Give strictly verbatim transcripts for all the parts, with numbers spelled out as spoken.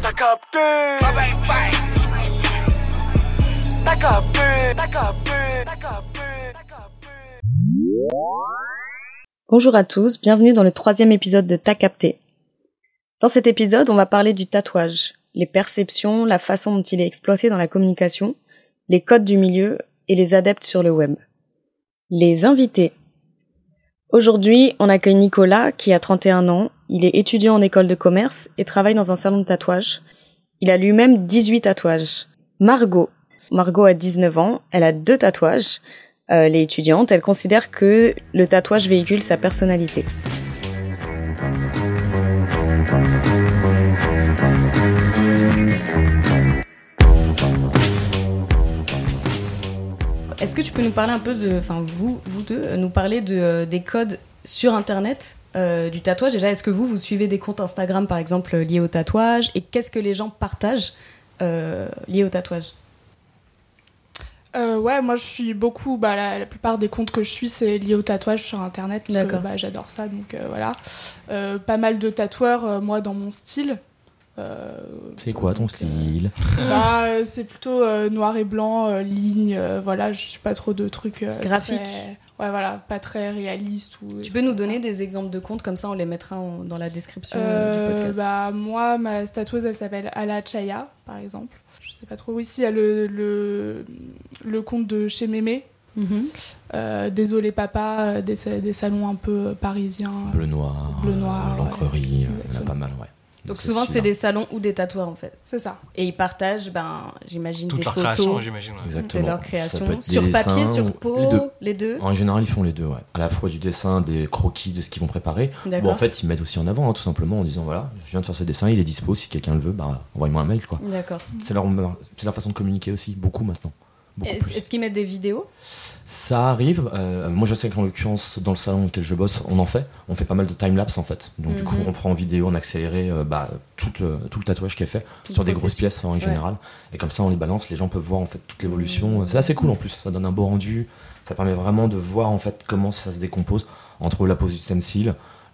T'as capté. Ah ben, bang. T'as capté. T'as capté. T'as capté. T'as capté. Bonjour à tous, bienvenue dans le troisième épisode de T'as capté. Dans cet épisode, on va parler du tatouage, les perceptions, la façon dont il est exploité dans la communication, les codes du milieu et les adeptes sur le web. Les invités. Aujourd'hui, on accueille Nicolas qui a trente et un ans, il est étudiant en école de commerce et travaille dans un salon de tatouage. Il a lui-même dix-huit tatouages. Margot. Margot a dix-neuf ans, elle a deux tatouages. Euh, elle est étudiante, elle considère que le tatouage véhicule sa personnalité. Est-ce que tu peux nous parler un peu de, enfin vous, vous deux, nous parler de, euh, des codes sur Internet euh, du tatouage. Déjà, est-ce que vous, vous suivez des comptes Instagram, par exemple, liés au tatouage, et qu'est-ce que les gens partagent euh, liés au tatouage ? Euh, ouais, moi je suis beaucoup, bah, la, la plupart des comptes que je suis c'est lié au tatouage sur internet parce D'accord. que bah, j'adore ça, donc euh, voilà. Euh, pas mal de tatoueurs, euh, moi dans mon style. Euh, c'est quoi ton style ? euh, bah, C'est plutôt euh, noir et blanc, euh, ligne, euh, voilà, je suis pas trop de trucs euh, graphiques. Très... Ouais, voilà, pas très réaliste. Ou, tu peux nous donner ça. Des exemples de comptes, comme ça on les mettra en, dans la description euh, du podcast. Bah, moi, ma tatoueuse elle s'appelle Ala Chaya, par exemple. Je sais pas trop. Oui, il y a le, le, le compte de chez Mémé. Mm-hmm. Euh, Désolé Papa, des, des salons un peu parisiens. Bleu noir, bleu noir, l'encrerie, ouais, il y en a pas mal, ouais. Donc c'est souvent c'est des salons ou des tatoueurs en fait. C'est ça. Et ils partagent, ben j'imagine toute des leur photos création, j'imagine. Ouais. Exactement. De leur création sur papier, sur peau, les deux. les deux. En général, ils font les deux, ouais. À la fois du dessin, des croquis de ce qu'ils vont préparer. D'accord. Bon, en fait, ils mettent aussi en avant, hein, tout simplement, en disant voilà, je viens de faire ce dessin, il est dispo, si quelqu'un le veut, bah envoyez-moi un mail, quoi. D'accord. C'est leur, c'est leur façon de communiquer aussi, beaucoup maintenant. Beaucoup est-ce, est-ce qu'ils mettent des vidéos ? Ça arrive. Euh, moi, je sais qu'en l'occurrence, dans le salon auquel je bosse, on en fait. On fait pas mal de time-lapse, en fait. Donc, mm-hmm. du coup, on prend en vidéo, en accéléré euh, bah, tout, le, tout le tatouage qui est fait tout sur des grosses pièces en général. Ouais. Et comme ça, on les balance. Les gens peuvent voir en fait toute l'évolution. Mmh. C'est assez cool en plus. Ça donne un beau rendu. Ça permet vraiment de voir en fait comment ça se décompose entre la pose du stencil,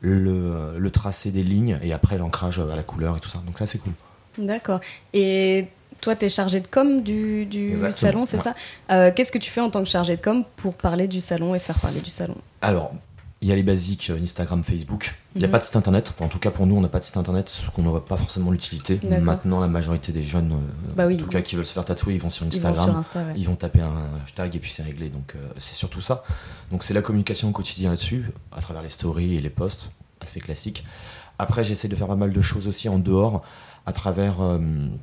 le, le tracé des lignes et après l'ancrage à la couleur et tout ça. Donc, ça, c'est cool. D'accord. Et toi, t'es chargé de com du, du salon, c'est ouais. ça euh, Qu'est-ce que tu fais en tant que chargé de com pour parler du salon et faire parler du salon ? Alors, il y a les basiques Instagram, Facebook. Il n'y a mm-hmm. pas de site internet. Enfin, en tout cas, pour nous, on n'a pas de site internet, ce qu'on n'aurait pas forcément l'utilité. D'accord. Maintenant, la majorité des jeunes, euh, bah oui, en tout cas, qui veulent se faire tatouer, ils vont sur Instagram. Ils vont, sur Insta, ouais. Ils vont taper un hashtag et puis c'est réglé. Donc, euh, c'est surtout ça. Donc, c'est la communication au quotidien là-dessus, à travers les stories et les posts, assez classiques. Après, j'essaie de faire pas mal de choses aussi en dehors, à travers... Euh,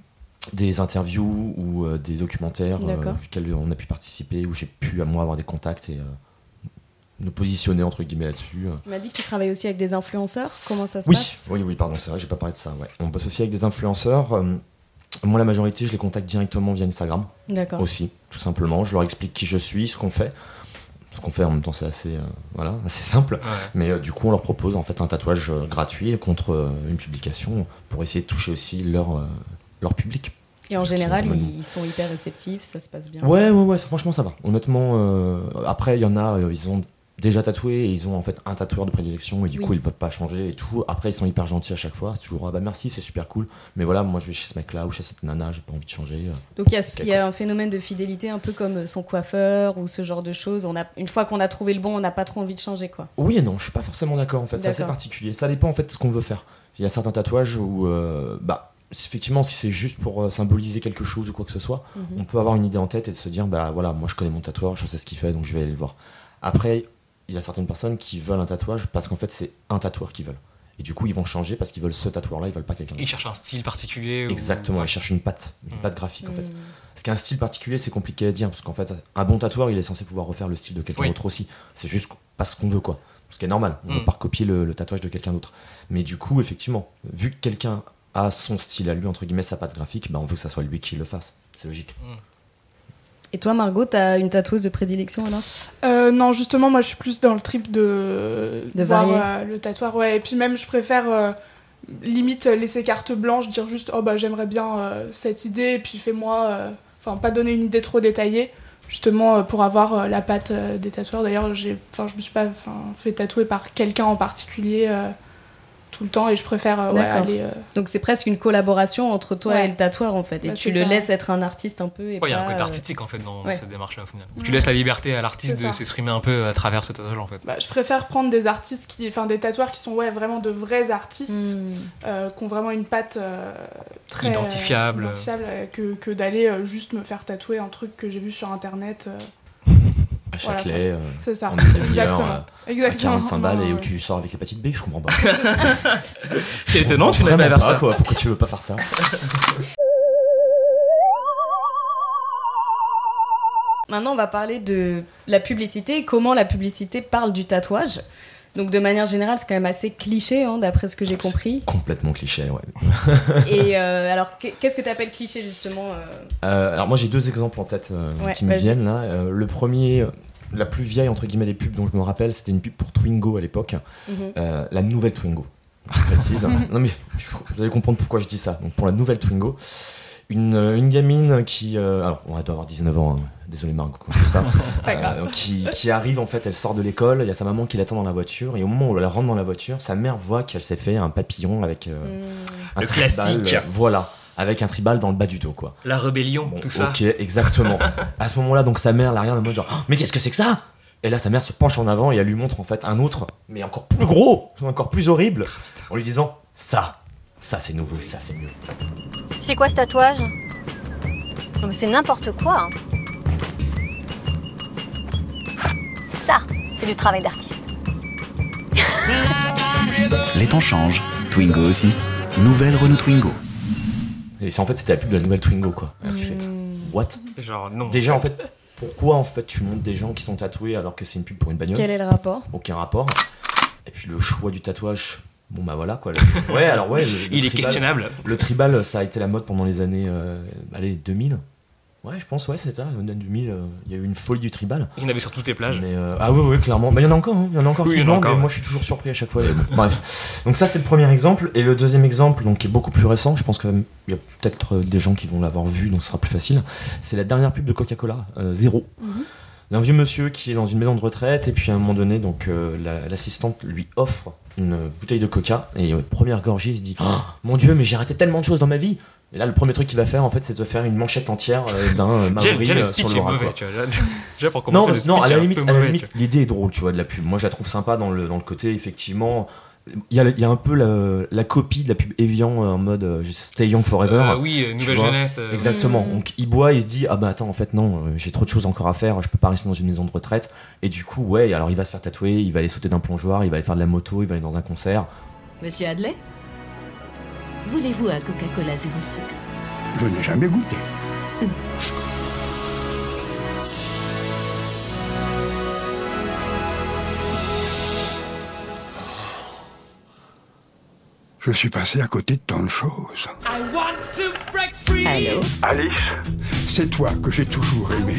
des interviews ou euh, des documentaires euh, auxquels on a pu participer, où j'ai pu à moi avoir des contacts et euh, nous positionner entre guillemets là-dessus. Tu m'as dit que tu travailles aussi avec des influenceurs, comment ça se oui, passe ? Oui, oui, pardon, c'est vrai, j'ai pas parlé de ça. Ouais. On bosse aussi avec des influenceurs. Euh, moi, la majorité, je les contacte directement via Instagram. D'accord. Aussi, tout simplement. Je leur explique qui je suis, ce qu'on fait. Ce qu'on fait en même temps, c'est assez, euh, voilà, assez simple. Ouais. Mais euh, du coup, on leur propose en fait un tatouage euh, gratuit contre euh, une publication pour essayer de toucher aussi leur... Euh, leur public. Et en général, ils sont hyper réceptifs, ça se passe bien. Ouais, ouais, ouais, ça, franchement, ça va. Honnêtement, euh, après, il y en a, euh, ils ont déjà tatoué et ils ont en fait un tatoueur de prédilection et du oui. coup, ils ne veulent pas changer et tout. Après, ils sont hyper gentils à chaque fois. C'est toujours, ah bah merci, c'est super cool. Mais voilà, moi, je vais chez ce mec-là ou chez cette nana, j'ai pas envie de changer. Euh, Donc, il y, y a un phénomène de fidélité un peu comme son coiffeur ou ce genre de choses. On a, une fois qu'on a trouvé le bon, on n'a pas trop envie de changer, quoi. Oui et non, je suis pas forcément d'accord en fait. D'accord. C'est assez particulier. Ça dépend en fait de ce qu'on veut faire. Il y a certains tatouages où, euh, bah, effectivement, si c'est juste pour symboliser quelque chose ou quoi que ce soit, mm-hmm. on peut avoir une idée en tête et de se dire bah voilà, moi je connais mon tatoueur, je sais ce qu'il fait, donc je vais aller le voir. Après, il y a certaines personnes qui veulent un tatouage parce qu'en fait c'est un tatoueur qu'ils veulent. Et du coup, ils vont changer parce qu'ils veulent ce tatoueur-là, ils veulent pas quelqu'un d'autre. Ils cherchent un style particulier. Exactement, ou... ils cherchent une patte, une mmh. patte graphique en fait. Mmh. Parce qu'un style particulier, c'est compliqué à dire parce qu'en fait, un bon tatoueur, il est censé pouvoir refaire le style de quelqu'un oui. d'autre aussi. C'est juste pas ce qu'on veut quoi. Ce qui est normal, on ne mmh. veut pas recopier le, le tatouage de quelqu'un d'autre. Mais du coup, effectivement, vu que quelqu'un à son style à lui, entre guillemets, sa patte graphique, bah on veut que ça soit lui qui le fasse. C'est logique. Mmh. Et toi, Margot, t'as une tatoueuse de prédilection alors ? euh, Non, justement, moi je suis plus dans le trip de, de voir varier. Euh, le tatoueur. Ouais. Et puis même, je préfère euh, limite laisser carte blanche, dire juste oh bah j'aimerais bien euh, cette idée, et puis fais-moi. Enfin, euh, pas donner une idée trop détaillée, justement euh, pour avoir euh, la patte euh, des tatoueurs. D'ailleurs, j'ai, je me suis pas fait tatouer par quelqu'un en particulier. Euh, tout le temps et je préfère euh, ouais, aller... Euh... Donc c'est presque une collaboration entre toi ouais. et le tatoueur en fait et bah, tu le ça. laisses être un artiste un peu et ouais, il y a un côté euh... artistique en fait dans ouais. cette démarche là au final. Ouais. Tu laisses la liberté à l'artiste de s'exprimer un peu à travers ce tatouage en fait. Bah, je préfère prendre des artistes qui... enfin des tatoueurs qui sont ouais, vraiment de vrais artistes mm. euh, qui ont vraiment une patte euh, très identifiable, euh, identifiable euh, que, que d'aller euh, juste me faire tatouer un truc que j'ai vu sur internet euh... à Châtelet, voilà, euh, c'est ça. En Exactement. Euh, Exactement. À quarante-cinq balles et où tu sors avec l'hépatite B, je comprends pas. C'est étonnant, tu n'as pas faire ça. Quoi. Pourquoi tu veux pas faire ça? Maintenant, on va parler de la publicité et comment la publicité parle du tatouage. Donc, de manière générale, c'est quand même assez cliché, hein, d'après ce que j'ai compris. C'est complètement cliché, ouais. Et euh, alors, qu'est-ce que tu appelles cliché, justement euh... Euh, Alors, moi, j'ai deux exemples en tête euh, ouais, qui me viennent, là. Euh, le premier, la plus vieille, entre guillemets, des pubs dont je me rappelle, c'était une pub pour Twingo à l'époque. Mm-hmm. Euh, la nouvelle Twingo, je précise. Non, mais vous allez comprendre pourquoi je dis ça. Donc, pour la nouvelle Twingo, une, une gamine qui... Euh, alors, on doit avoir dix-neuf ans, hein. Désolé Marc, quand je dis ça. C'est pas grave. Euh, qui, qui arrive, en fait, elle sort de l'école, il y a sa maman qui l'attend dans la voiture, et au moment où elle rentre dans la voiture, sa mère voit qu'elle s'est fait un papillon avec euh, mmh. un le tribal, classique. Euh, voilà, avec un tribal dans le bas du dos, quoi. La rébellion, bon, tout ça. Ok, exactement. À ce moment-là, donc sa mère, elle a rien de mode genre, oh, mais qu'est-ce que c'est que ça? Et là, sa mère se penche en avant et elle lui montre en fait un autre, mais encore plus gros, encore plus horrible, en lui disant, ça, ça c'est nouveau, ça c'est mieux. C'est quoi ce tatouage? C'est n'importe quoi. Hein. Ça, c'est du travail d'artiste. Les temps changent. Twingo aussi. Nouvelle Renault Twingo. Et c'est en fait, c'était la pub de la nouvelle Twingo, quoi. Alors, tu fais, what? Genre, non. Déjà, en fait, pourquoi en fait tu montres des gens qui sont tatoués alors que c'est une pub pour une bagnole? Quel est le rapport? Aucun rapport. Et puis le choix du tatouage. Bon bah voilà quoi. Le... Ouais alors ouais. Le, le Il tribal, est questionnable. Le tribal, ça a été la mode pendant les années, euh, allez deux mille. Ouais, je pense, ouais, c'est ça. En deux mille, il euh, y a eu une folie du tribal. Il y en avait sur toutes les plages. Mais, euh, ah oui, oui, clairement. Bah, il y en a encore, il hein. y en a encore oui, qui vendent, mais ouais. Moi, je suis toujours surpris à chaque fois. Bref. Donc ça, c'est le premier exemple. Et le deuxième exemple, donc, qui est beaucoup plus récent, je pense qu'il y a peut-être des gens qui vont l'avoir vu, donc ce sera plus facile. C'est la dernière pub de Coca-Cola, euh, Zéro. Mm-hmm. D'un vieux monsieur qui est dans une maison de retraite, et puis à un moment donné, donc, euh, la, l'assistante lui offre une bouteille de coca, et euh, première gorgée, il se dit oh, mon Dieu, mais j'ai raté tellement de choses dans ma vie! Et là, le premier truc qu'il va faire, en fait, c'est de faire une manchette entière euh, d'un euh, Maori euh, sur le bras. Mauvais, tu vois. Déjà, pour commencer, non, le speech non, à la est limite, un peu à la mauvais, limite l'idée est drôle, tu vois, de la pub. Moi, je la trouve sympa dans le, dans le côté, effectivement... Il y, a, il y a un peu la, la copie de la pub Evian en mode euh, Stay Young Forever. Euh, oui, euh, nouvelle jeunesse. Euh... Exactement. Mmh. Donc il boit, il se dit ah bah attends en fait non, euh, j'ai trop de choses encore à faire, je peux pas rester dans une maison de retraite. Et du coup ouais, alors il va se faire tatouer, il va aller sauter d'un plongeoir, il va aller faire de la moto, il va aller dans un concert. Monsieur Hadley, voulez-vous un Coca-Cola zéro sucre? Je n'ai jamais goûté. Mmh. Je suis passé à côté de tant de choses. Allô? Alice, c'est toi que j'ai toujours aimé.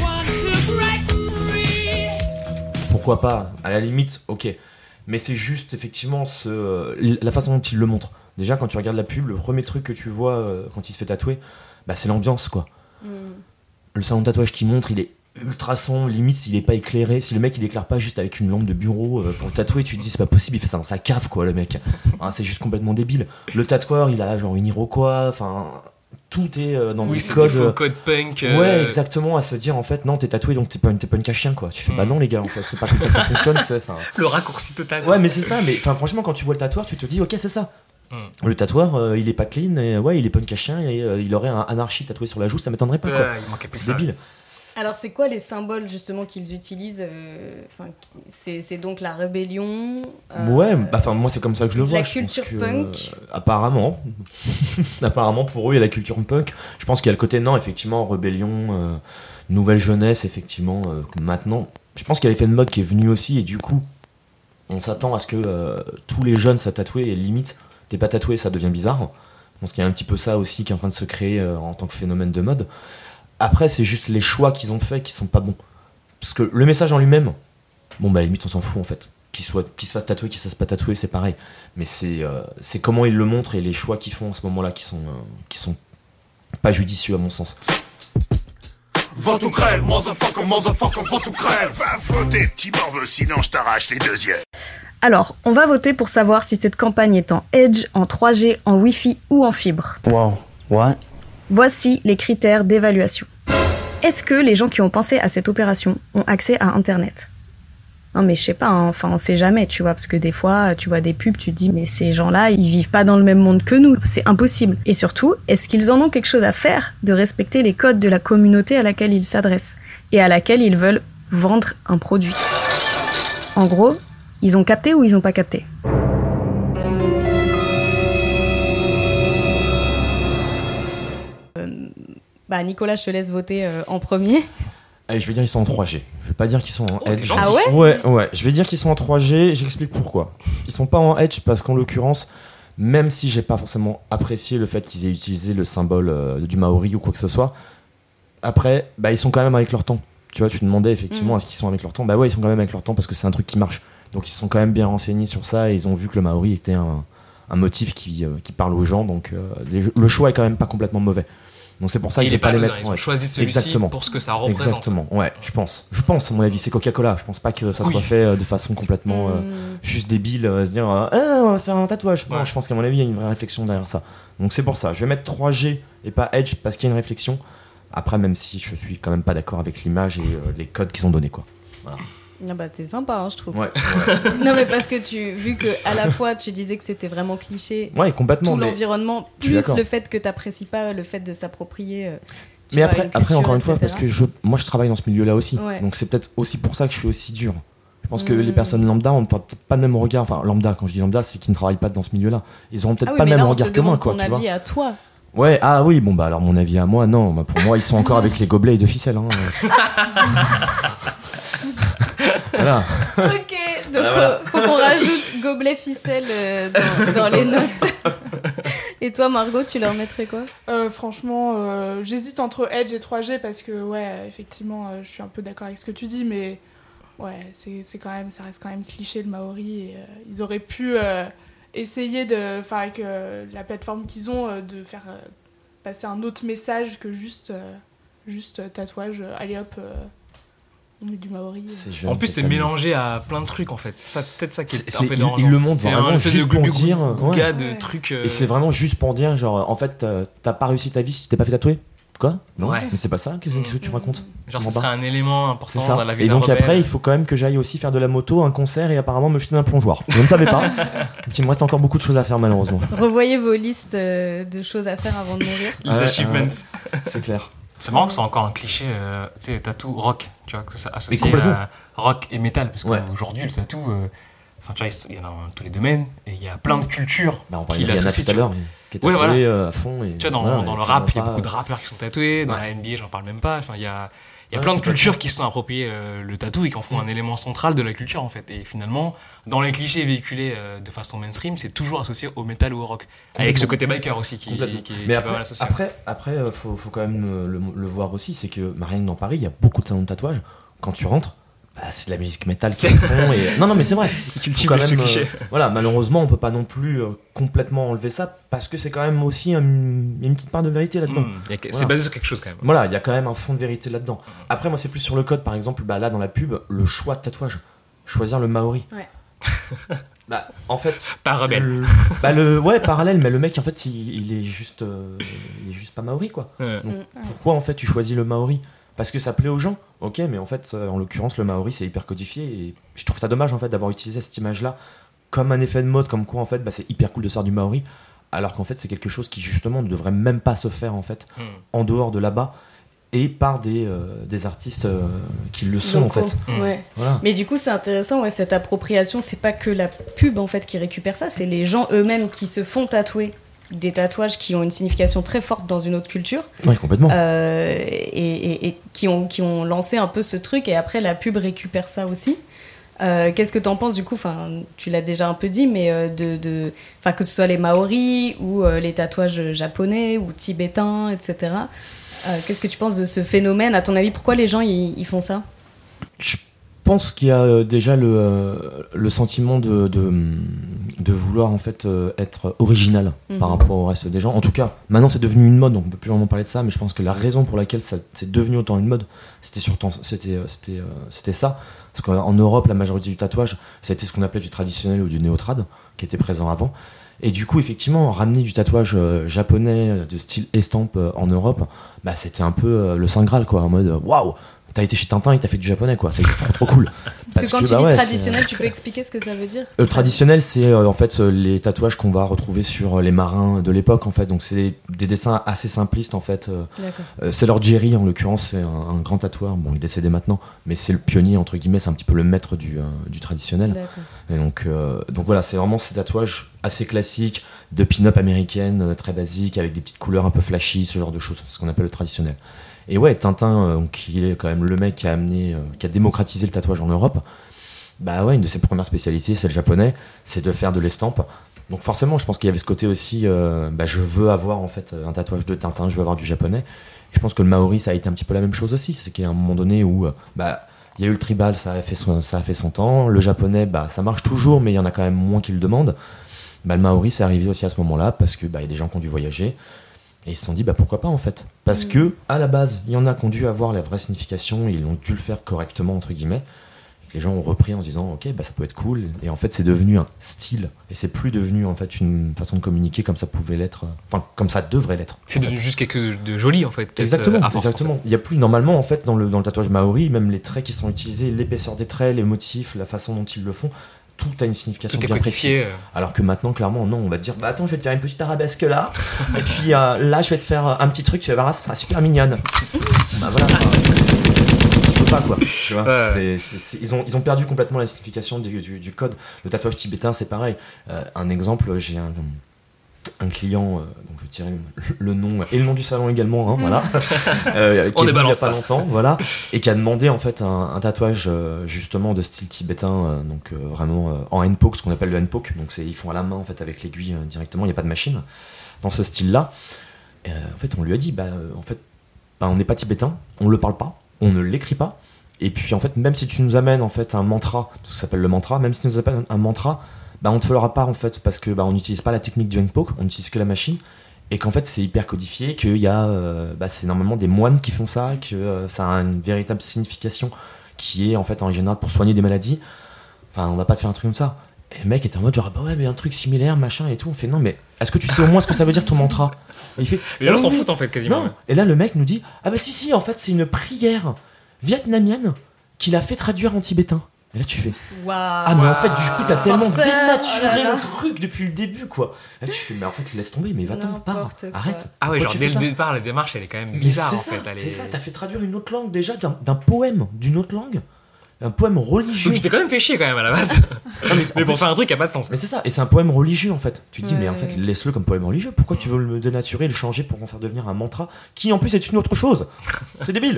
Pourquoi pas? À la limite, ok. Mais c'est juste, effectivement, ce, la façon dont il le montre. Déjà, quand tu regardes la pub, le premier truc que tu vois euh, quand il se fait tatouer, bah, c'est l'ambiance, quoi. Mm. Le salon de tatouage qu'il montre, il est ultra sombre, limite s'il est pas éclairé, si le mec il éclaire pas juste avec une lampe de bureau euh, pour le tatouer, tu te dis c'est pas possible, il fait ça dans sa cave quoi le mec, hein, c'est juste complètement débile. Le tatoueur il a genre une Iroquois, enfin tout est euh, dans oui, des codes, des faux codes punk euh... ouais exactement, à se dire en fait non t'es tatoué donc t'es pas, t'es pas une cache-chien quoi, tu fais mm. bah non les gars en fait c'est pas comme ça que ça fonctionne, c'est, le raccourci total. Ouais mais c'est ça, mais franchement quand tu vois le tatoueur tu te dis ok c'est ça. Mm. Le tatoueur, euh, il est pas clean, et ouais, il est pas une cache-chien et euh, il aurait un anarchie tatoué sur la joue, ça m'étonnerait pas. Quoi. Ouais, il manquait plus c'est ça. Débile. Alors, c'est quoi les symboles justement qu'ils utilisent euh, c'est, c'est donc la rébellion. Euh, ouais, bah, enfin moi c'est comme ça que je le vois. La culture que, punk. Euh, apparemment, apparemment pour eux il y a la culture punk. Je pense qu'il y a le côté non, effectivement rébellion, euh, nouvelle jeunesse, effectivement. Euh, maintenant, je pense qu'il y a l'effet de mode qui est venu aussi et du coup, on s'attend à ce que euh, tous les jeunes soient tatoués et limite. T'es pas tatoué, ça devient bizarre. Je pense qu'il y a un petit peu ça aussi qui est en train de se créer euh, en tant que phénomène de mode. Après, c'est juste les choix qu'ils ont faits qui sont pas bons. Parce que le message en lui-même, bon bah à la limite on s'en fout en fait. Qu'il, soit, qu'il se fasse tatouer, qu'il se fasse pas tatouer, c'est pareil. Mais c'est, euh, c'est comment ils le montrent et les choix qu'ils font en ce moment-là qui sont, euh, qui sont pas judicieux à mon sens. Vote ou crève, motherfucker, motherfucker, vote ou crève. Va voter, petit morveux, sinon je t'arrache les deux yeux. Alors, on va voter pour savoir si cette campagne est en Edge, en trois G, en Wi-Fi ou en fibre. Wow, what? Voici les critères d'évaluation. Est-ce que les gens qui ont pensé à cette opération ont accès à Internet ? Non mais je sais pas, hein, enfin on sait jamais, tu vois, parce que des fois, tu vois des pubs, tu te dis mais ces gens-là, ils vivent pas dans le même monde que nous, c'est impossible. Et surtout, est-ce qu'ils en ont quelque chose à faire de respecter les codes de la communauté à laquelle ils s'adressent et à laquelle ils veulent vendre un produit ? En gros, ils ont capté ou ils ont pas capté ? euh, Bah Nicolas, je te laisse voter euh, en premier. Allez, je vais dire qu'ils sont en trois G. Je vais pas dire qu'ils sont en Oh, Edge. Ah ouais Ouais, ouais. Je vais dire qu'ils sont en trois G. J'explique pourquoi. Ils sont pas en Edge parce qu'en l'occurrence, même si j'ai pas forcément apprécié le fait qu'ils aient utilisé le symbole euh, du Maori ou quoi que ce soit, après, bah ils sont quand même avec leur temps. Tu vois, tu te demandais effectivement Mm. est-ce qu'ils sont avec leur temps. Bah ouais, ils sont quand même avec leur temps parce que c'est un truc qui marche. Donc ils sont quand même bien renseignés sur ça et ils ont vu que le Maori était un, un motif qui, euh, qui parle aux gens. Donc euh, les- le choix est quand même pas complètement mauvais. Donc c'est pour ça Et que il je est vais pas pas les anodin, mettre ils en ont Edge. choisi celui-ci Exactement. pour ce que ça représente. Exactement, ouais, je pense. Je pense, à mon avis, c'est Coca-Cola. Je pense pas que ça soit Oui. fait euh, de façon complètement euh, Mm. juste débile, euh, se dire euh, ah, on va faire un tatouage. Non, Ouais. je pense qu'à mon avis, il y a une vraie réflexion derrière ça. Donc c'est pour ça. Je vais mettre trois G et pas Edge parce qu'il y a une réflexion. Après, même si je suis quand même pas d'accord avec l'image et euh, les codes qu'ils ont donnés, quoi. Voilà. Ah bah t'es sympa, hein, je trouve. Ouais, Non mais parce que tu, vu que à la fois tu disais que c'était vraiment cliché, ouais, complètement. tout mais l'environnement, je suis plus d'accord. le fait que t'apprécies pas le fait de s'approprier. euh, tu mais vois, après, une après culture, encore une fois, et cetera. parce que je, moi, je travaille dans ce milieu-là aussi. Ouais. Donc c'est peut-être aussi pour ça que je suis aussi dur. Je pense que Mm. les personnes lambda ont peut-être pas le même regard. Enfin, lambda, quand je dis lambda, c'est qu'ils ne travaillent pas dans ce milieu-là. Ils auront peut-être Ah oui, pas le mais même là, on regard te que moi, demande quoi. ton Tu vois. avis à toi. Ouais, ah oui, bon bah alors mon avis à moi, non, bah, pour moi ils sont encore avec les gobelets et de ficelle. Hein. Voilà. Ok, donc Ah, voilà. euh, faut qu'on rajoute gobelet ficelle euh, dans, dans les notes. Et toi Margot, tu leur mettrais quoi ? Euh, franchement, euh, j'hésite entre Edge et trois G parce que, ouais, effectivement, euh, je suis un peu d'accord avec ce que tu dis, mais ouais, c'est, c'est quand même, ça reste quand même cliché le Maori. Et, euh, ils auraient pu euh, essayer de, enfin, avec euh, la plateforme qu'ils ont, euh, de faire euh, passer un autre message que juste, euh, juste euh, tatouage. euh, allez hop, euh, on met du Maori. euh. C'est jeune, En plus, c'est pas mélangé à plein de trucs en fait. C'est ça, peut-être ça qui est, C'est- un c'est- peu il- dérangeant. il le montre C'est vraiment un espèce juste de pour glu- dire, glu- ouais. gars de Ouais. trucs. euh, Et c'est vraiment juste pour dire, genre, en fait, euh, t'as pas réussi ta vie si tu t'es pas fait tatouer. Quoi ? Non, Ouais. mais c'est pas ça. Qu'est-ce qu'est-ce que tu racontes ? Genre, Bon, ça bah. serait un élément C'est important ça. dans la vie Et d'un donc rebelle. après, il faut quand même que j'aille aussi faire de la moto, un concert et apparemment me jeter d'un plongeoir. Je ne savais pas. Donc il me reste encore beaucoup de choses à faire malheureusement. Revoyez vos listes euh, de choses à faire avant de mourir. Les Ouais, achievements. ouais. C'est clair. C'est marrant que c'est encore un cliché, euh, tu sais, tatou rock, tu vois, que ça associé complètement. à rock et métal, parce Ouais. qu'aujourd'hui, le tatou, euh, enfin, tu vois, il y en a dans tous les domaines, et il y a plein de cultures Bah, on qui parlait de Rihanna l'associent. tout à tu vois. l'heure, qui est Ouais, tatouée voilà. euh, à fond. Et, Tu vois, dans, voilà, dans et le qui rap, va il y a pas- beaucoup de rappeurs qui sont tatoués, dans Ouais. la N B A, j'en parle même pas, enfin, il y a, il y a Ouais, plein de complètement. cultures qui se sont appropriées euh, le tatou et qui en font un élément central de la culture, en fait. Et finalement, dans les clichés véhiculés euh, de façon mainstream, c'est toujours associé au métal ou au rock. Avec ce côté biker aussi qui, qui, Complètement. qui est Mais pas après, mal associé. après, après euh, faut, faut quand même euh, le, le voir aussi, c'est que bah, rien que dans Paris, il y a beaucoup de salons de tatouage. Quand tu rentres, bah, c'est de la musique métal qui C'est- font. Et... Non, non, mais c'est vrai. Ils Faut cultivent quand ce même, cliché. euh, voilà, malheureusement, on peut pas non plus euh, complètement enlever ça parce que c'est quand même aussi un- il y a une petite part de vérité là-dedans. Mmh, il y a- C'est Voilà. basé sur quelque chose quand même. Voilà, il y a quand même un fond de vérité là-dedans. Après, moi, c'est plus sur le code, par exemple, bah, là, dans la pub, le choix de tatouage. Choisir le Maori. Ouais. Bah, en fait. Pas rebelle. Le, bah, le, ouais, parallèle, mais le mec, en fait, il, il est juste, euh, il est juste pas Maori, quoi. Ouais. Donc, Mm. pourquoi, en fait, tu choisis le Maori ? Parce que ça plaît aux gens, ok, mais en fait, euh, en l'occurrence, le Maori, c'est hyper codifié, et je trouve ça dommage, en fait, d'avoir utilisé cette image-là comme un effet de mode, comme quoi, en fait, bah, c'est hyper cool de faire du Maori, alors qu'en fait, c'est quelque chose qui, justement, ne devrait même pas se faire, en fait, Mmh. en dehors de là-bas, et par des, euh, des artistes euh, qui le sont, Locaux. en fait. Mm. Ouais. Voilà. Mais du coup, c'est intéressant, ouais, cette appropriation, c'est pas que la pub en fait qui récupère ça, c'est les gens eux-mêmes qui se font tatouer des tatouages qui ont une signification très forte dans une autre culture Ouais, complètement. euh, et, et- et qui, ont, qui ont lancé un peu ce truc et après la pub récupère ça aussi. Euh, qu'est-ce que t'en penses du coup, enfin, tu l'as déjà un peu dit, mais euh, de, de, enfin, que ce soit les Maoris ou euh, les tatouages japonais ou tibétains, et cetera. Euh, qu'est-ce que tu penses de ce phénomène ? À ton avis, pourquoi les gens ils ils font ça ? Je pense qu'il y a euh, déjà le, euh, le sentiment de, de, de vouloir en fait euh, être original mm-hmm. par rapport au reste des gens. En tout cas, maintenant c'est devenu une mode, donc on peut plus vraiment parler de ça, mais je pense que la raison pour laquelle ça, c'est devenu autant une mode, c'était surtout c'était, c'était, euh, c'était ça. Parce qu'en Europe, la majorité du tatouage, ça a été ce qu'on appelait du traditionnel ou du néotrad, qui était présent avant. Et du coup, effectivement, ramener du tatouage euh, japonais de style estampe euh, en Europe, bah, c'était un peu euh, le Saint Graal, quoi, en mode waouh! T'as été chez Tintin et t'as fait du japonais, quoi. C'est trop, trop cool. Parce, Parce que quand que, tu bah dis ouais, traditionnel, c'est... tu peux expliquer ce que ça veut dire? Le traditionnel, c'est euh, en fait euh, les tatouages qu'on va retrouver sur euh, les marins de l'époque, en fait. Donc c'est des, des dessins assez simplistes, en fait. Euh, euh, c'est Lord Jerry, en l'occurrence, c'est un, un grand tatoueur. Bon, il est décédé maintenant, mais c'est le pionnier, entre guillemets. C'est un petit peu le maître du, euh, du traditionnel. D'accord. Et donc, euh, donc voilà, c'est vraiment ces tatouages assez classiques, de pin-up américaine, euh, très basiques, avec des petites couleurs un peu flashy, ce genre de choses. C'est ce qu'on appelle le traditionnel. Et ouais, Tintin, euh, qui est quand même le mec qui a amené, euh, qui a démocratisé le tatouage en Europe, bah ouais, une de ses premières spécialités, c'est le japonais, c'est de faire de l'estampe. Donc forcément, je pense qu'il y avait ce côté aussi, euh, bah je veux avoir en fait un tatouage de Tintin, je veux avoir du japonais. Et je pense que le Maori, ça a été un petit peu la même chose aussi, c'est qu'il y a un moment donné où, euh, bah, il y a eu le tribal, ça a fait son, ça a fait son temps. Le japonais, bah, ça marche toujours, mais il y en a quand même moins qui le demandent. Bah, le Maori, c'est arrivé aussi à ce moment-là, parce que bah, y a des gens qui ont dû voyager. Et ils se sont dit, bah pourquoi pas en fait. Parce mmh. que, à la base, il y en a qui ont dû avoir la vraie signification, et ils ont dû le faire correctement, entre guillemets. Et que les gens ont repris en se disant, ok, bah ça peut être cool. Et en fait, c'est devenu un style. Et c'est plus devenu en fait une façon de communiquer comme ça pouvait l'être. Enfin, comme ça devrait l'être. C'est devenu juste quelque chose de joli en fait. Exactement, euh, force, exactement. En fait. Il y a plus, normalement, en fait, dans le, dans le tatouage maori, même les traits qui sont utilisés, l'épaisseur des traits, les motifs, la façon dont ils le font, tout a une signification bien précise. Alors que maintenant, clairement, non, on va te dire, bah attends, je vais te faire une petite arabesque là, et puis euh, là, je vais te faire un petit truc, tu vas voir, ça sera super mignonne. Bah voilà, bah, tu peux pas quoi. Tu vois, ouais. c'est, c'est, c'est, ils, ont, ils ont perdu complètement la signification du, du, du code. Le tatouage tibétain, c'est pareil. Euh, un exemple, j'ai un. un client, euh, donc je vais tirer le nom et le nom du salon également, hein, voilà, euh, qui on est venu il y a pas, pas longtemps, voilà, et qui a demandé en fait un, un tatouage euh, justement de style tibétain, euh, donc euh, vraiment euh, en handpoke, ce qu'on appelle le handpoke, donc c'est, ils font à la main en fait avec l'aiguille euh, directement, il n'y a pas de machine, dans ce style-là. Euh, en fait, on lui a dit, bah euh, en fait, bah, on n'est pas tibétain, on le parle pas, on ne l'écrit pas, et puis en fait, même si tu nous amènes en fait un mantra, parce que ça s'appelle le mantra, même si tu nous amènes un, un mantra, bah on te fera pas en fait parce que bah on n'utilise pas la technique du handpoke, on n'utilise que la machine et qu'en fait c'est hyper codifié, qu'il y a euh, bah c'est normalement des moines qui font ça, que euh, ça a une véritable signification qui est en fait en général pour soigner des maladies. Enfin on va pas te faire un truc comme ça. Et le mec était en mode genre bah ouais mais un truc similaire machin et tout. On fait non mais est-ce que tu sais au moins ce que ça veut dire ton mantra? Et il fait et là on s'en fout en fait quasiment. Non. Et là le mec nous dit ah bah si si en fait c'est une prière vietnamienne qu'il a fait traduire en tibétain. Et là tu fais wow. Ah mais en fait du coup t'as tellement Forceur, dénaturé oh là là. le truc depuis le début quoi. Là tu fais mais en fait laisse tomber mais va-t'en pars, arrête. Ah ouais, Pourquoi genre dès le départ la démarche elle est quand même bizarre en ça, fait. Elle c'est est... ça, t'as fait traduire une autre langue déjà d'un, d'un poème d'une autre langue, un poème religieux. Donc tu t'es quand même fait chier quand même à la base. Non, mais, mais pour plus, faire un truc qui a pas de sens. Mais c'est ça, et c'est un poème religieux en fait. Tu te dis ouais, mais en fait ouais. laisse-le comme poème religieux. Pourquoi tu veux le dénaturer, le changer pour en faire devenir un mantra qui en plus est une autre chose? C'est débile.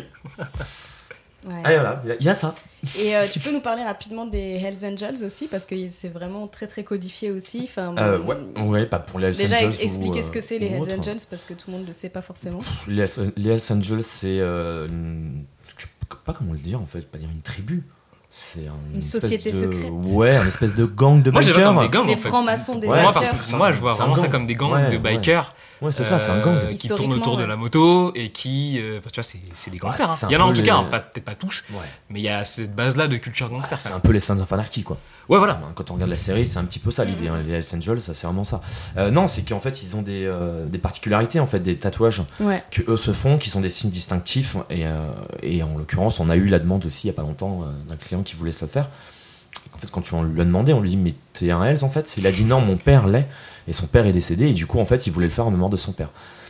Ouais. Allez voilà, il y, y a ça. Et euh, tu peux nous parler rapidement des Hells Angels aussi parce que c'est vraiment très très codifié aussi. Enfin, euh, ouais, ouais, pas pour les Hells déjà, Angels. Déjà expliquer ou, ce que c'est les Hells autre. Angels parce que tout le monde ne le sait pas forcément. Les, les Hells Angels c'est euh, une... je sais pas comment le dire en fait, pas dire une tribu. C'est un, une société de... secrète. Ouais, un espèce de gang de moi, bikers. Moi, des gangs, les en fait. francs-maçons des ouais, bikers. Moi, parce, moi, je vois c'est vraiment ça comme des gangs ouais, de bikers. Ouais, ouais c'est ça, c'est un gang. Euh, qui tournent autour ouais. de la moto et qui. Euh, tu vois, c'est, c'est des gangsters. Ouais, hein. Il y en a en tout les... cas, hein, pas, peut-être pas tous, ouais. mais il y a cette base-là de culture gangster. C'est un peu les Sons of Anarchy, quoi. Ouais, voilà. Quand on regarde la série, c'est un petit peu ça l'idée. Hein. Les Hells Angels, c'est vraiment ça. Euh, non, c'est qu'en fait, ils ont des, euh, des particularités, en fait, des tatouages ouais. que eux se font, qui sont des signes distinctifs. Et, euh, et en l'occurrence, on a eu la demande aussi il y a pas longtemps euh, d'un client qui voulait se le faire. En fait, quand tu lui as demandé, on lui dit mais t'es un Hells en fait? Il a dit non, mon père l'est. Et son père est décédé. Et du coup, en fait, il voulait le faire en mémoire de son père.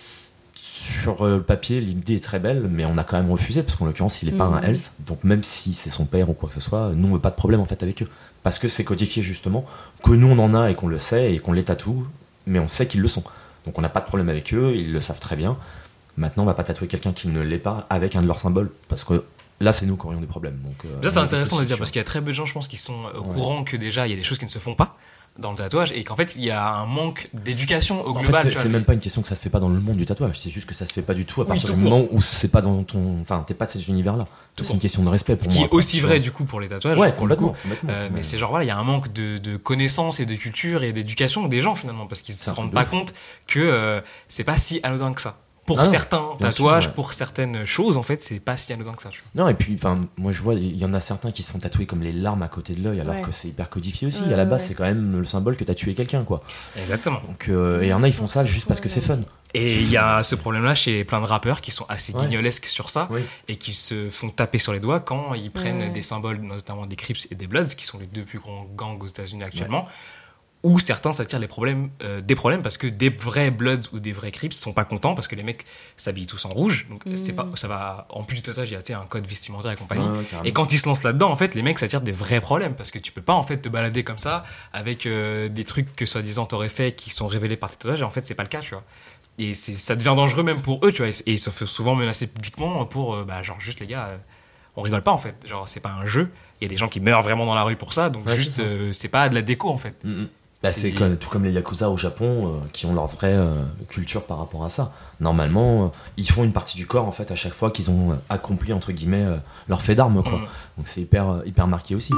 Sur le papier, l'idée est très belle, mais on a quand même refusé parce qu'en l'occurrence, il n'est pas mmh. un Hells. Donc même si c'est son père ou quoi que ce soit, nous on veut pas de problème en fait avec eux. Parce que c'est codifié justement que nous on en a et qu'on le sait et qu'on les tatoue, mais on sait qu'ils le sont. Donc on n'a pas de problème avec eux, ils le savent très bien. Maintenant, on va pas tatouer quelqu'un qui ne l'est pas avec un de leurs symboles, parce que là, c'est nous qui aurions des problèmes. Donc, euh, ça, c'est intéressant de dire, parce qu'il y a très peu de gens, je pense, qui sont au ouais. courant que déjà, il y a des choses qui ne se font pas. dans le tatouage et qu'en fait il y a un manque d'éducation au en global. fait, c'est, tu vois, c'est mais... même pas une question que ça se fait pas dans le monde du tatouage, c'est juste que ça se fait pas du tout à Oui, partir tout du court. moment où c'est pas dans ton, enfin t'es pas de cet univers-là. Tout c'est court. une question de respect pour Ce moi. qui est après, aussi tu vrai vois. du coup pour les tatouages. Ouais, pour le coup. complètement. complètement. Euh, mais Ouais. c'est genre voilà, il y a un manque de, de connaissances et de culture et d'éducation des gens finalement parce qu'ils C'est se un rendent truc pas de ouf. compte que euh, c'est pas si anodin que ça. Pour Ah non, certains bien tatouages, sûr, ouais. pour certaines choses en fait, c'est pas si anodin que ça. Tu vois. Non, et puis, enfin, moi je vois, il y en a certains qui se font tatouer comme les larmes à côté de l'œil, alors Ouais. que c'est hyper codifié aussi. Ouais, à la base, ouais. c'est quand même le symbole que t'as tué quelqu'un, quoi. Exactement. Donc, euh, et il y en a, ils font ça juste parce que c'est fun. Et il y a ce problème-là chez plein de rappeurs qui sont assez Ouais. guignolesques sur ça Oui. et qui se font taper sur les doigts quand ils prennent Ouais. des symboles, notamment des Crips et des Bloods, qui sont les deux plus grands gangs aux États-Unis actuellement. Où certains s'attirent les problèmes, euh, des problèmes parce que des vrais Bloods ou des vrais Crips sont pas contents parce que les mecs s'habillent tous en rouge. Donc Mm. c'est pas, ça va, en plus du tatouage, il y a tu sais, un code vestimentaire et compagnie. Ouais, ouais, carrément. Et quand ils se lancent là-dedans, en fait, les mecs s'attirent des vrais problèmes parce que tu peux pas en fait te balader comme ça avec euh, des trucs que soi-disant t'aurais fait qui sont révélés par tes tatouages et en fait c'est pas le cas, tu vois. Et c'est, ça devient dangereux même pour eux, tu vois. Et ils se font souvent menacer publiquement pour, euh, bah, genre juste les gars, euh, on rigole pas en fait. Genre c'est pas un jeu. Il y a des gens qui meurent vraiment dans la rue pour ça, donc Ouais, juste c'est ça. euh, c'est pas de la déco en fait. Mm-hmm. Bah, c'est C'est- comme- tout comme les Yakuza au Japon, euh, qui ont leur vraie euh, culture par rapport à ça. Normalement, euh, ils font une partie du corps en fait à chaque fois qu'ils ont euh, accompli entre guillemets euh, leur fait d'armes, quoi. Mm. Donc c'est hyper euh, hyper marqué aussi.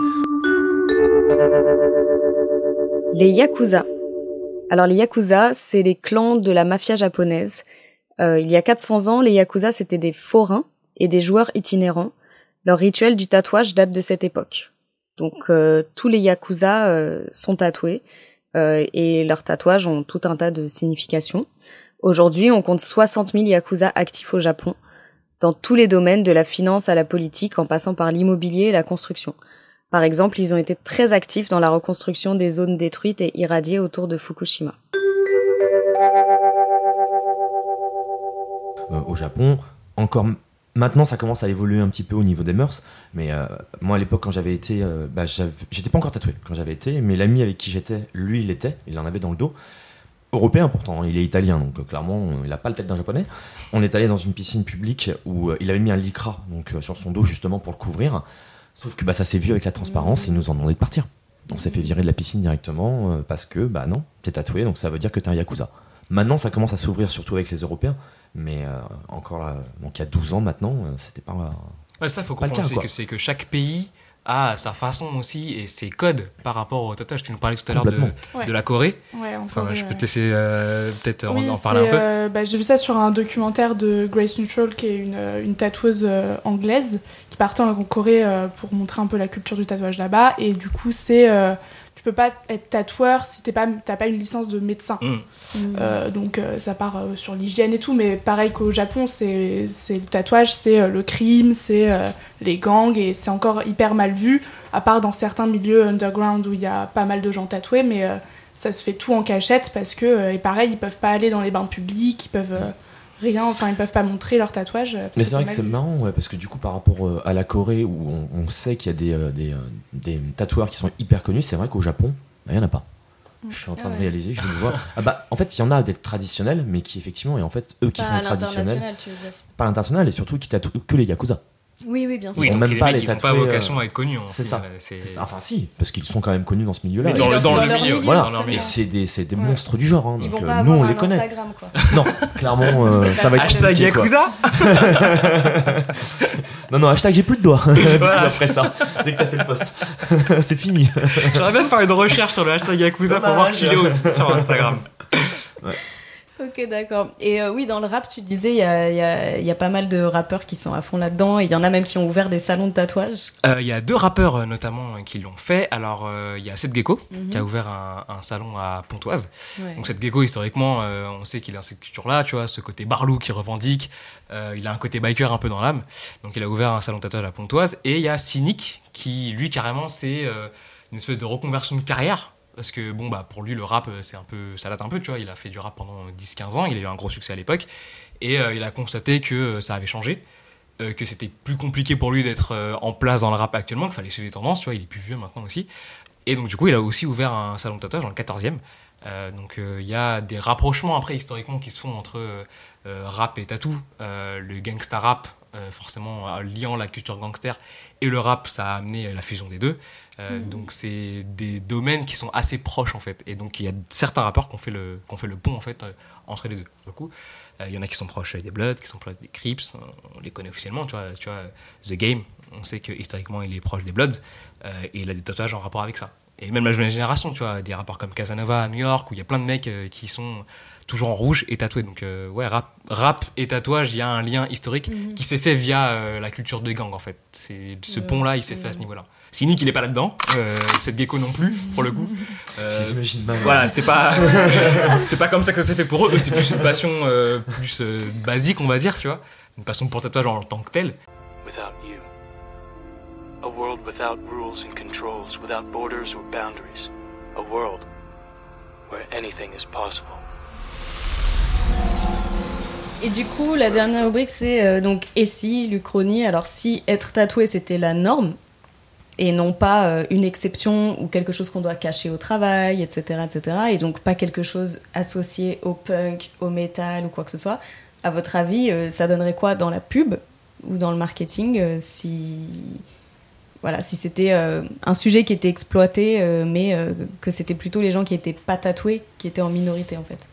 Les Yakuza. Alors les Yakuza, c'est les clans de la mafia japonaise. Euh, il y a quatre cents ans, les Yakuza, c'était des forains et des joueurs itinérants. Leur rituel du tatouage date de cette époque. Donc euh, tous les Yakuza euh, sont tatoués euh, et leurs tatouages ont tout un tas de significations. Aujourd'hui, on compte soixante mille Yakuza actifs au Japon, dans tous les domaines de la finance à la politique, en passant par l'immobilier et la construction. Par exemple, ils ont été très actifs dans la reconstruction des zones détruites et irradiées autour de Fukushima. Euh, au Japon, encore m- maintenant ça commence à évoluer un petit peu au niveau des mœurs, mais euh, moi à l'époque quand j'avais été, euh, bah, j'avais- j'étais pas encore tatoué quand j'avais été, mais l'ami avec qui j'étais, lui il l'était, il en avait dans le dos. Européen pourtant, il est italien, donc euh, clairement euh, il a pas la tête d'un japonais. On est allé dans une piscine publique où euh, il avait mis un lycra donc, euh, sur son dos justement pour le couvrir, sauf que bah, ça s'est vu avec la transparence et ils nous ont demandé de partir. On s'est fait virer de la piscine directement euh, parce que bah non, t'es tatoué donc ça veut dire que t'es un Yakuza. Maintenant ça commence à s'ouvrir surtout avec les Européens, mais euh, encore là, donc il y a douze ans maintenant, euh, c'était pas... euh, Ouais, ça, faut Pas le comprendre cas, aussi quoi. que c'est que chaque pays a sa façon aussi et ses codes par rapport au tatouage. Tu nous parlais tout à l'heure de, Complètement. Ouais. de la Corée. Ouais, en Enfin, Corée, je peux ouais. te laisser euh, peut-être en- Oui, en, parler un c'est, peu. euh, bah, j'ai vu ça sur un documentaire de Grace Neutral, qui est une, euh, une tatoueuse euh, anglaise qui partait en Corée euh, pour montrer un peu la culture du tatouage là-bas. Et du coup, c'est euh, tu peux pas être tatoueur si t'es pas, t'as pas une licence de médecin. Mm. Euh, donc euh, ça part euh, sur l'hygiène et tout, mais pareil qu'au Japon, c'est, c'est le tatouage, c'est euh, le crime, c'est euh, les gangs, et c'est encore hyper mal vu, à part dans certains milieux underground où il y a pas mal de gens tatoués, mais euh, ça se fait tout en cachette parce que, euh, et pareil, ils peuvent pas aller dans les bains publics, ils peuvent euh, rien, enfin ils peuvent pas montrer leur tatouage. euh, parce Mais que c'est vrai que mal c'est vu. marrant, ouais, parce que du coup, par rapport euh, à la Corée, où on, on sait qu'il y a des, euh, des, euh, des tatoueurs qui sont hyper connus, c'est vrai qu'au Japon, bah, il n'y en a pas. Je suis en train Ah de ouais. réaliser, je viens de voir. Ah bah, en fait, il y en a des traditionnels, mais qui effectivement, et en fait, eux qui Pas font à le traditionnel, l'international, tu veux dire. pas à l'international, et surtout qui tatouent que les Yakuza. Oui, oui, bien sûr. Oui, Ils ont donc même les pas mecs, les ils n'ont pas tatoués, vocation euh, à être connus. en C'est fait. ça. Euh, c'est- C'est ça. Enfin, si, parce qu'ils sont quand même connus dans ce milieu-là. Mais Et dans, Oui, le, dans, dans le leur milieu, milieu, voilà, dans leur c'est milieu. et c'est des, c'est des Ouais. monstres du genre. Hein, Ils donc vont euh, pas nous, avoir on les un connaît. Instagram, quoi. Non, clairement, euh, ça va être Hashtag compliqué, quoi. Yakuza. Non, non, hashtag j'ai plus de doigts. Voilà. Après ça, dès que t'as fait le post. C'est fini. J'aurais bien de faire une recherche sur le hashtag Yakuza pour voir Dommage. qui est sur Instagram. Ok, d'accord. Et euh, oui, dans le rap, tu disais, il y a, il y, a, il y a pas mal de rappeurs qui sont à fond là-dedans. Et il y en a même qui ont ouvert des salons de tatouage. Il euh, y a deux rappeurs euh, notamment euh, qui l'ont fait. Alors il euh, y a Seth Gecko Mhm. qui a ouvert un, un salon à Pontoise. Ouais. Donc Seth Gecko historiquement, euh, on sait qu'il a cette culture-là, tu vois, ce côté barlou qui revendique. Euh, il a un côté biker un peu dans l'âme. Donc il a ouvert un salon de tatouage à Pontoise. Et il y a Cynic qui lui carrément c'est euh, une espèce de reconversion de carrière. Parce que bon bah pour lui le rap c'est un peu ça date un peu tu vois, il a fait du rap pendant dix quinze ans, il a eu un gros succès à l'époque et euh, il a constaté que euh, ça avait changé, euh, que c'était plus compliqué pour lui d'être euh, en place dans le rap actuellement, qu'il fallait suivre les tendances, tu vois, il est plus vieux maintenant aussi. Et donc du coup, il a aussi ouvert un salon de tatouage dans le quatorzième Euh, donc il euh, y a des rapprochements après historiquement qui se font entre euh, rap et tatou. Euh, le gangsta rap, euh, forcément euh, liant la culture gangster, et le rap, ça a amené la fusion des deux. Euh, mmh. Donc c'est des domaines qui sont assez proches en fait. Et donc il y a certains rappeurs qui ont fait le, qui ont fait le pont en fait euh, entre les deux. Du coup, il euh, y en a qui sont proches des Bloods, qui sont proches des Crips. On les connaît officiellement. Tu vois, tu vois, The Game, on sait que historiquement il est proche des Bloods euh, et il a des tatouages en rapport avec ça. Et même la jeune génération, tu vois, des rappeurs comme Casanova à New York, où il y a plein de mecs euh, qui sont toujours en rouge et tatoués. Donc, euh, ouais, rap, rap et tatouage, il y a un lien historique mmh. qui s'est fait via euh, la culture de gang, en fait. C'est, ce mmh. pont-là, il s'est mmh. fait à ce niveau-là. Cynic, il est pas là-dedans. Euh, cette gecko non plus, pour le coup. Euh, J'imagine mal. Voilà, c'est pas, c'est pas comme ça que ça s'est fait pour eux. Eux, c'est plus une passion euh, plus euh, basique, on va dire, tu vois. Une passion pour le tatouage en tant que telle. Without you. A world without rules and controls, without borders or boundaries. A world where anything is possible. Et du coup, la dernière rubrique, c'est euh, donc et si, l'Uchronie. Alors si être tatoué, c'était la norme, et non pas euh, une exception ou quelque chose qu'on doit cacher au travail, et cetera, et cetera, et donc pas quelque chose associé au punk, au métal ou quoi que ce soit, à votre avis, euh, ça donnerait quoi dans la pub ou dans le marketing euh, si... Voilà, si c'était euh, un sujet qui était exploité, euh, mais euh, que c'était plutôt les gens qui étaient pas tatoués, qui étaient en minorité en fait.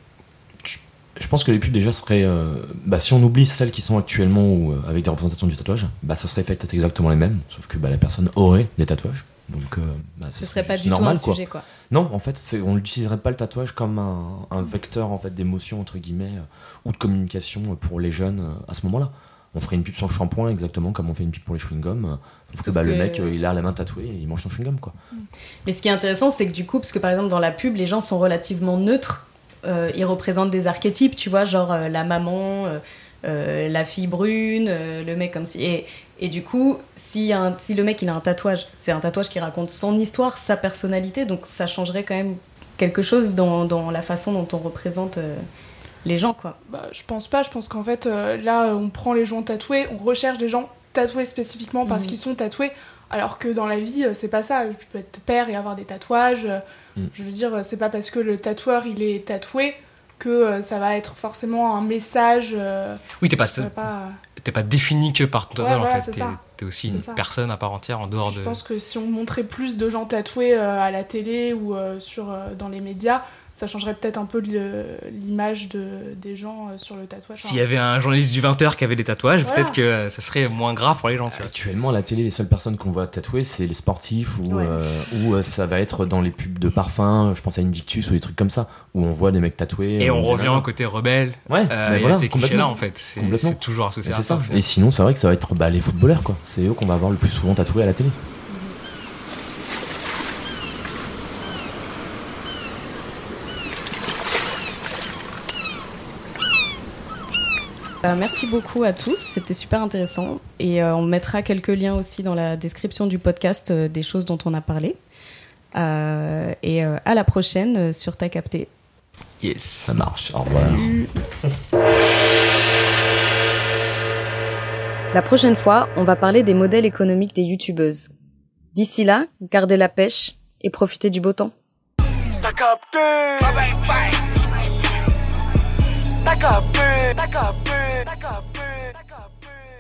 Je, je pense que les pubs déjà seraient, euh, bah, si on oublie celles qui sont actuellement ou euh, avec des représentations du tatouage, bah ça serait fait exactement les mêmes, sauf que bah, la personne aurait des tatouages. Donc, euh, bah, ce serait pas du normal, tout un sujet quoi. Non, en fait, c'est, on n'utiliserait pas le tatouage comme un, un vecteur en fait d'émotion entre guillemets euh, ou de communication pour les jeunes euh, à ce moment-là. On ferait une pub sans shampoing exactement comme on fait une pub pour les chewing-gums. Sauf que, bah, que le mec, il a la main tatouée et il mange son chewing-gum, quoi. Mais ce qui est intéressant, c'est que du coup, parce que par exemple dans la pub, les gens sont relativement neutres. Euh, ils représentent des archétypes, tu vois, genre euh, la maman, euh, euh, la fille brune, euh, le mec comme si... Et, et du coup, si, un, si le mec, il a un tatouage, c'est un tatouage qui raconte son histoire, sa personnalité, donc ça changerait quand même quelque chose dans, dans la façon dont on représente... Euh, les gens quoi. Bah, je pense pas, je pense qu'en fait euh, là on prend les gens tatoués, on recherche des gens tatoués spécifiquement parce mmh. qu'ils sont tatoués, alors que dans la vie euh, c'est pas ça, tu peux être père et avoir des tatouages, mmh. je veux dire c'est pas parce que le tatoueur il est tatoué que euh, ça va être forcément un message euh, oui t'es pas, ça, pas... t'es pas défini que par ton tatouage ouais, voilà, en fait, t'es, t'es aussi c'est une ça. personne à part entière en dehors je de... Je pense que si on montrait plus de gens tatoués euh, à la télé ou euh, sur, euh, dans les médias, ça changerait peut-être un peu le, l'image de, des gens euh, sur le tatouage. S'il y avait un journaliste du vingt heures qui avait des tatouages, voilà. peut-être que euh, ça serait moins grave pour les gens. Tu vois. Actuellement, à la télé, les seules personnes qu'on voit tatouer, c'est les sportifs ou, ouais. euh, ou euh, ça va être dans les pubs de parfums, je pense à Invictus ou des trucs comme ça, où on voit des mecs tatoués. Et on, on revient au côté rebelle. Ouais, euh, et voilà, ces clichés-là, en fait. C'est, c'est toujours associé à ça. Et sinon, c'est vrai que ça va être bah, les footballeurs, quoi. C'est eux qu'on va voir le plus souvent tatoués à la télé. Merci beaucoup à tous, c'était super intéressant et euh, on mettra quelques liens aussi dans la description du podcast euh, des choses dont on a parlé euh, et euh, à la prochaine euh, sur T'as capté. Yes, ça marche, au revoir. La prochaine fois, on va parler des modèles économiques des youtubeuses. D'ici là, gardez la pêche et profitez du beau temps. T'as capté, t'as capté, t'as capté.